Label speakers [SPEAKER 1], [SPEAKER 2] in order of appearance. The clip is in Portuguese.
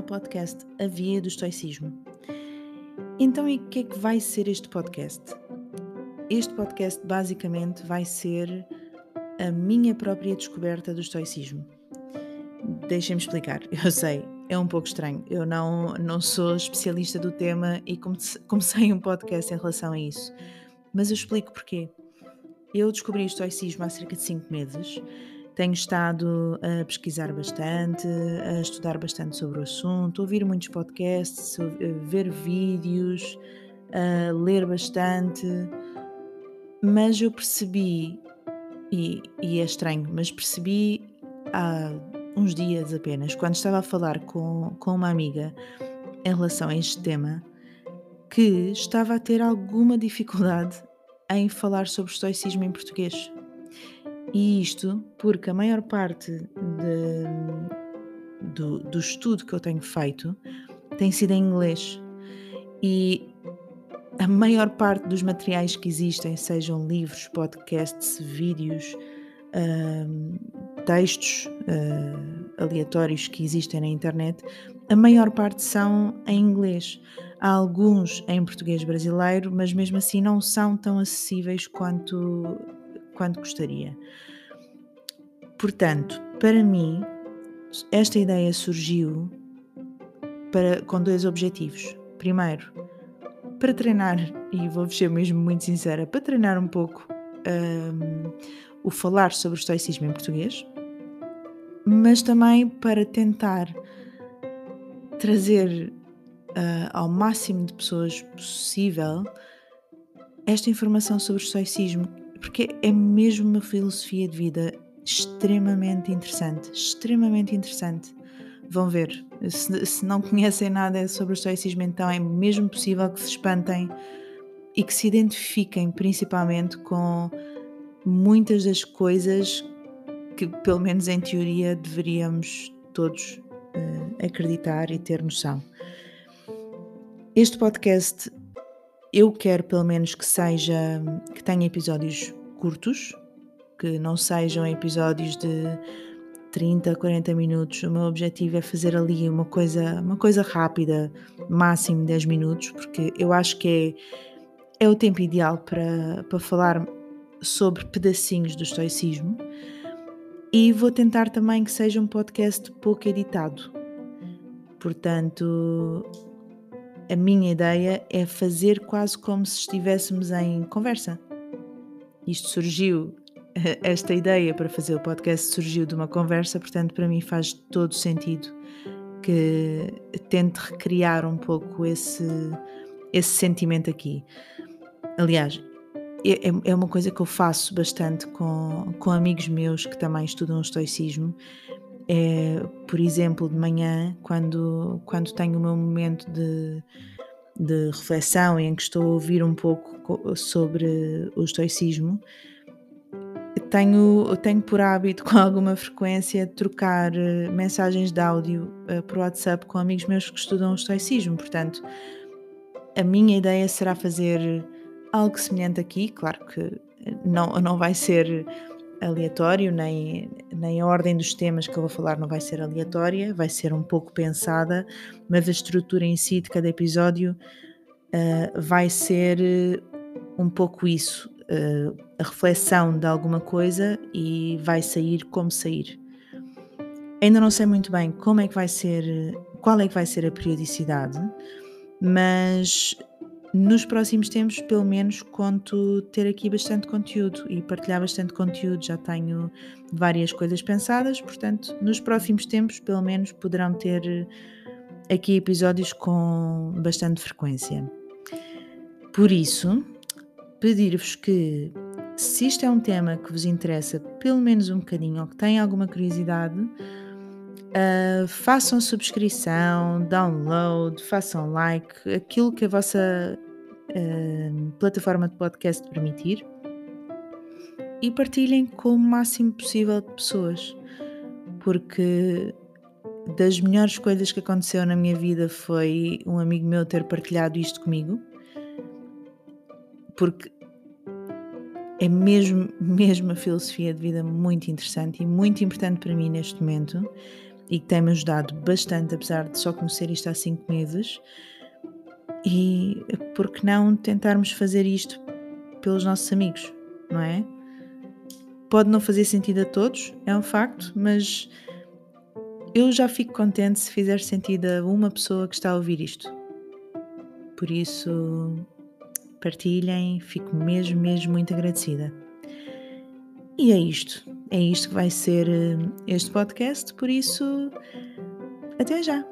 [SPEAKER 1] ao podcast A Via do Estoicismo. Então, e o que é que vai ser este podcast? Este podcast basicamente vai ser a minha própria descoberta do estoicismo. Deixem-me explicar, eu sei, é um pouco estranho, eu não sou especialista do tema e comecei um podcast em relação a isso, mas eu explico porquê. Eu descobri o estoicismo há cerca de 5 meses. Tenho estado a pesquisar bastante, a estudar bastante sobre o assunto, ouvir muitos podcasts, ver vídeos, a ler bastante, mas eu percebi, e é estranho, mas percebi há uns dias apenas, quando estava a falar com uma amiga em relação a este tema, que estava a ter alguma dificuldade em falar sobre o estoicismo em português. E isto porque a maior parte do estudo que eu tenho feito tem sido em inglês e a maior parte dos materiais que existem, sejam livros, podcasts, vídeos, hum, textos aleatórios que existem na internet, a maior parte são em inglês. Há alguns em português brasileiro, mas mesmo assim não são tão acessíveis quanto gostaria. Portanto, para mim, esta ideia surgiu com 2 objetivos. Primeiro, para treinar, e vou-vos ser mesmo muito sincera, para treinar um pouco o falar sobre o estoicismo em português, mas também para tentar trazer ao máximo de pessoas possível esta informação sobre o estoicismo, porque é mesmo uma filosofia de vida extremamente interessante, extremamente interessante. Vão ver, se não conhecem nada sobre o estoicismo, então é mesmo possível que se espantem e que se identifiquem principalmente com muitas das coisas que, pelo menos em teoria, deveríamos todos acreditar e ter noção. Este podcast eu quero pelo menos que tenha episódios curtos, que não sejam episódios de 30, 40 minutos. O meu objetivo é fazer ali uma coisa rápida, máximo 10 minutos, porque eu acho que é o tempo ideal para falar sobre pedacinhos do estoicismo. E vou tentar também que seja um podcast pouco editado. Portanto, a minha ideia é fazer quase como se estivéssemos em conversa. Isto surgiu, esta ideia para fazer o podcast surgiu de uma conversa, portanto, para mim faz todo sentido que tente recriar um pouco esse sentimento aqui. Aliás, é uma coisa que eu faço bastante com amigos meus que também estudam o estoicismo. É, por exemplo, de manhã, quando tenho o meu momento de reflexão em que estou a ouvir um pouco sobre o estoicismo, tenho por hábito, com alguma frequência, trocar mensagens de áudio por WhatsApp com amigos meus que estudam o estoicismo. Portanto, a minha ideia será fazer algo semelhante aqui. Claro que não vai ser aleatório, nem a ordem dos temas que eu vou falar não vai ser aleatória, vai ser um pouco pensada, mas a estrutura em si de cada episódio vai ser um pouco isso, a reflexão de alguma coisa e vai sair como sair. Ainda não sei muito bem qual é que vai ser a periodicidade, mas nos próximos tempos, pelo menos, conto ter aqui bastante conteúdo e partilhar bastante conteúdo. Já tenho várias coisas pensadas, portanto, nos próximos tempos, pelo menos, poderão ter aqui episódios com bastante frequência. Por isso, pedir-vos que, se isto é um tema que vos interessa pelo menos um bocadinho ou que têm alguma curiosidade, façam subscrição, download, façam like, aquilo que a vossa plataforma de podcast permitir, e partilhem com o máximo possível de pessoas, porque das melhores coisas que aconteceu na minha vida foi um amigo meu ter partilhado isto comigo, porque é mesmo a filosofia de vida muito interessante e muito importante para mim neste momento. e que tem-me ajudado bastante, apesar de só conhecer isto há 5 meses. E por que não tentarmos fazer isto pelos nossos amigos, não é? Pode não fazer sentido a todos, é um facto, mas eu já fico contente se fizer sentido a uma pessoa que está a ouvir isto. Por isso, partilhem, fico mesmo, mesmo muito agradecida. E é isto que vai ser este podcast, por isso, até já!